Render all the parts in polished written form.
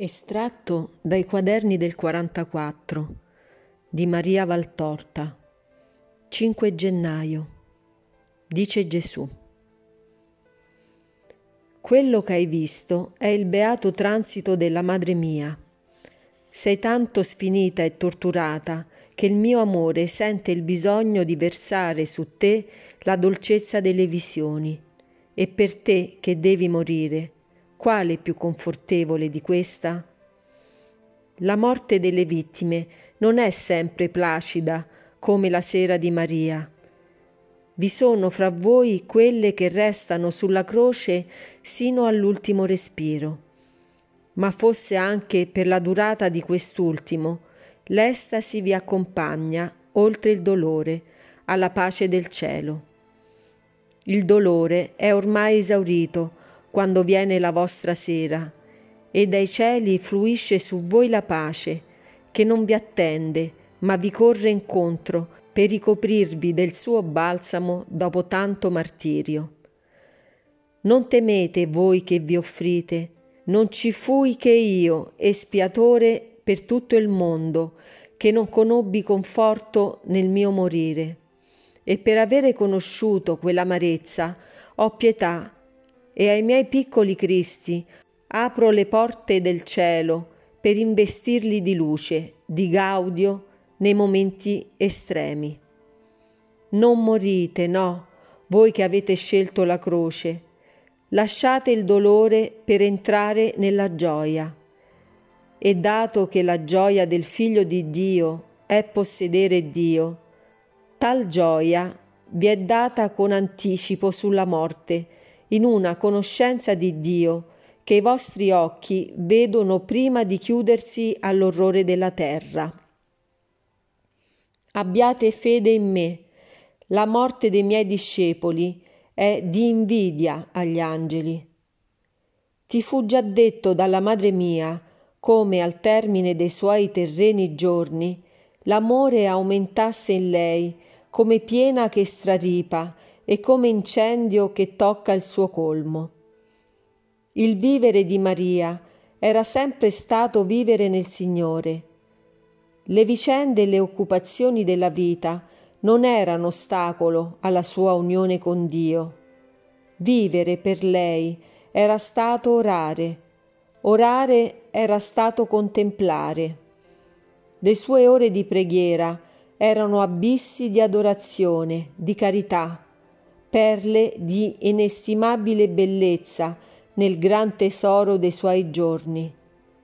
Estratto dai quaderni del 44 di Maria Valtorta, 5 gennaio. Dice Gesù: quello che hai visto è il beato transito della madre mia. Sei tanto sfinita e torturata che il mio amore sente il bisogno di versare su te la dolcezza delle visioni. E per te che devi morire, quale più confortevole di questa? La morte delle vittime non è sempre placida come la sera di Maria. Vi sono fra voi quelle che restano sulla croce sino all'ultimo respiro. Ma fosse anche per la durata di quest'ultimo, l'estasi vi accompagna oltre il dolore alla pace del cielo. Il dolore è ormai esaurito quando viene la vostra sera, e dai cieli fluisce su voi la pace, che non vi attende, ma vi corre incontro per ricoprirvi del suo balsamo dopo tanto martirio. Non temete voi che vi offrite, non ci fui che io, espiatore per tutto il mondo, che non conobbi conforto nel mio morire. E per avere conosciuto quell'amarezza ho pietà, e ai miei piccoli Cristi apro le porte del cielo per investirli di luce, di gaudio nei momenti estremi. Non morite, no, voi che avete scelto la croce. Lasciate il dolore per entrare nella gioia. E dato che la gioia del Figlio di Dio è possedere Dio, tal gioia vi è data con anticipo sulla morte, in una conoscenza di Dio che i vostri occhi vedono prima di chiudersi all'orrore della terra. Abbiate fede in me. La morte dei miei discepoli è di invidia agli angeli. Ti fu già detto dalla madre mia come al termine dei suoi terreni giorni l'amore aumentasse in lei come piena che straripa e come incendio che tocca il suo colmo. Il vivere di Maria era sempre stato vivere nel Signore. Le vicende e le occupazioni della vita non erano ostacolo alla sua unione con Dio. Vivere per lei era stato orare era stato contemplare. Le sue ore di preghiera erano abissi di adorazione, di carità, perle di inestimabile bellezza nel gran tesoro dei suoi giorni.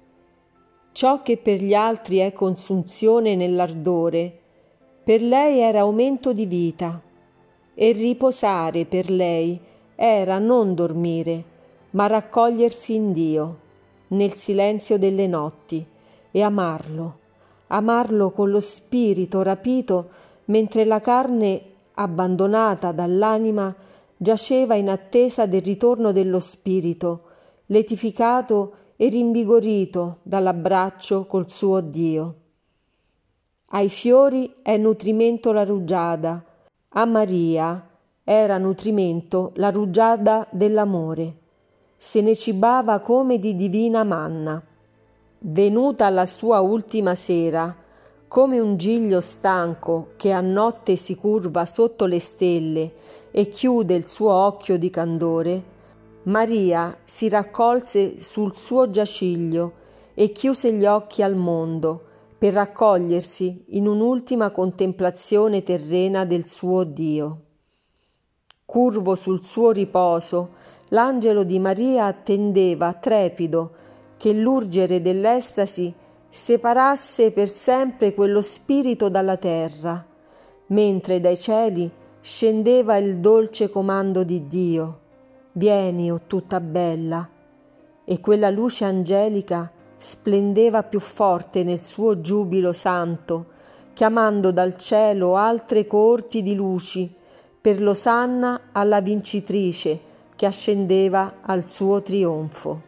Ciò che per gli altri è consunzione nell'ardore, per lei era aumento di vita, e riposare per lei era non dormire, ma raccogliersi in Dio, nel silenzio delle notti, e amarlo con lo spirito rapito, mentre la carne, abbandonata dall'anima, giaceva in attesa del ritorno dello spirito, letificato e rinvigorito dall'abbraccio col suo Dio. Ai fiori è nutrimento la rugiada, a Maria era nutrimento la rugiada dell'amore. Se ne cibava come di divina manna. Venuta la sua ultima sera, come un giglio stanco che a notte si curva sotto le stelle e chiude il suo occhio di candore, Maria si raccolse sul suo giaciglio e chiuse gli occhi al mondo per raccogliersi in un'ultima contemplazione terrena del suo Dio. Curvo sul suo riposo, l'angelo di Maria attendeva trepido che l'urgere dell'estasi separasse per sempre quello spirito dalla terra, mentre dai cieli scendeva il dolce comando di Dio: vieni, o tutta bella, e quella luce angelica splendeva più forte nel suo giubilo santo, chiamando dal cielo altre coorti di luci per l'osanna alla vincitrice che ascendeva al suo trionfo.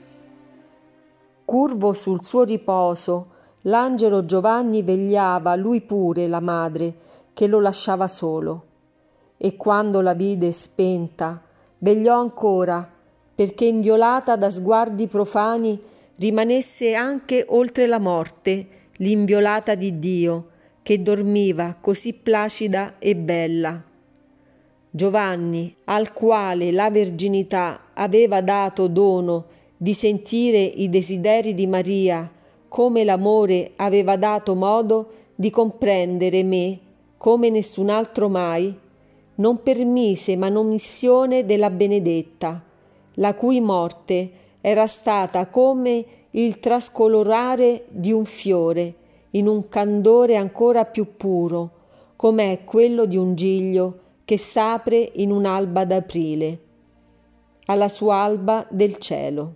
Curvo sul suo riposo, l'angelo Giovanni vegliava lui pure la madre che lo lasciava solo, e quando la vide spenta vegliò ancora, perché inviolata da sguardi profani rimanesse anche oltre la morte l'inviolata di Dio, che dormiva così placida e bella. Giovanni, al quale la verginità aveva dato dono di sentire i desideri di Maria, come l'amore aveva dato modo di comprendere me, come nessun altro mai, non permise manomissione della benedetta, la cui morte era stata come il trascolorare di un fiore in un candore ancora più puro, com'è quello di un giglio che s'apre in un'alba d'aprile, alla sua alba del cielo.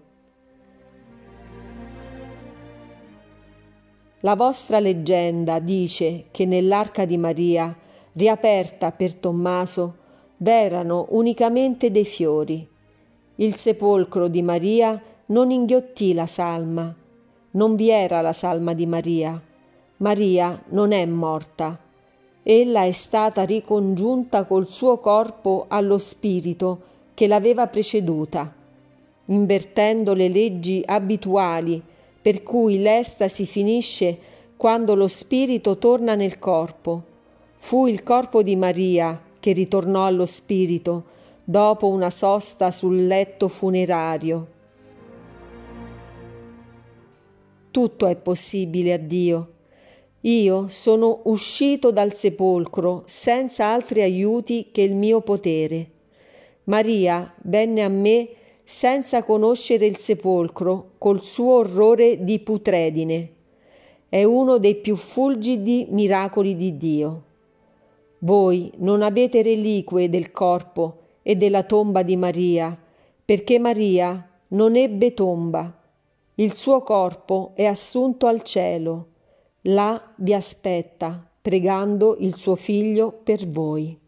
La vostra leggenda dice che nell'arca di Maria, riaperta per Tommaso, v'erano unicamente dei fiori. Il sepolcro di Maria non inghiottì la salma. Non vi era la salma di Maria. Maria non è morta. Ella è stata ricongiunta col suo corpo allo spirito che l'aveva preceduta, invertendo le leggi abituali per cui l'estasi finisce quando lo spirito torna nel corpo. Fu il corpo di Maria che ritornò allo spirito dopo una sosta sul letto funerario. Tutto è possibile a Dio. Io sono uscito dal sepolcro senza altri aiuti che il mio potere. Maria venne a me senza conoscere il sepolcro col suo orrore di putredine. È uno dei più fulgidi miracoli di Dio. Voi non avete reliquie del corpo e della tomba di Maria, perché Maria non ebbe tomba. Il suo corpo è assunto al cielo. Là vi aspetta, pregando il suo Figlio per voi.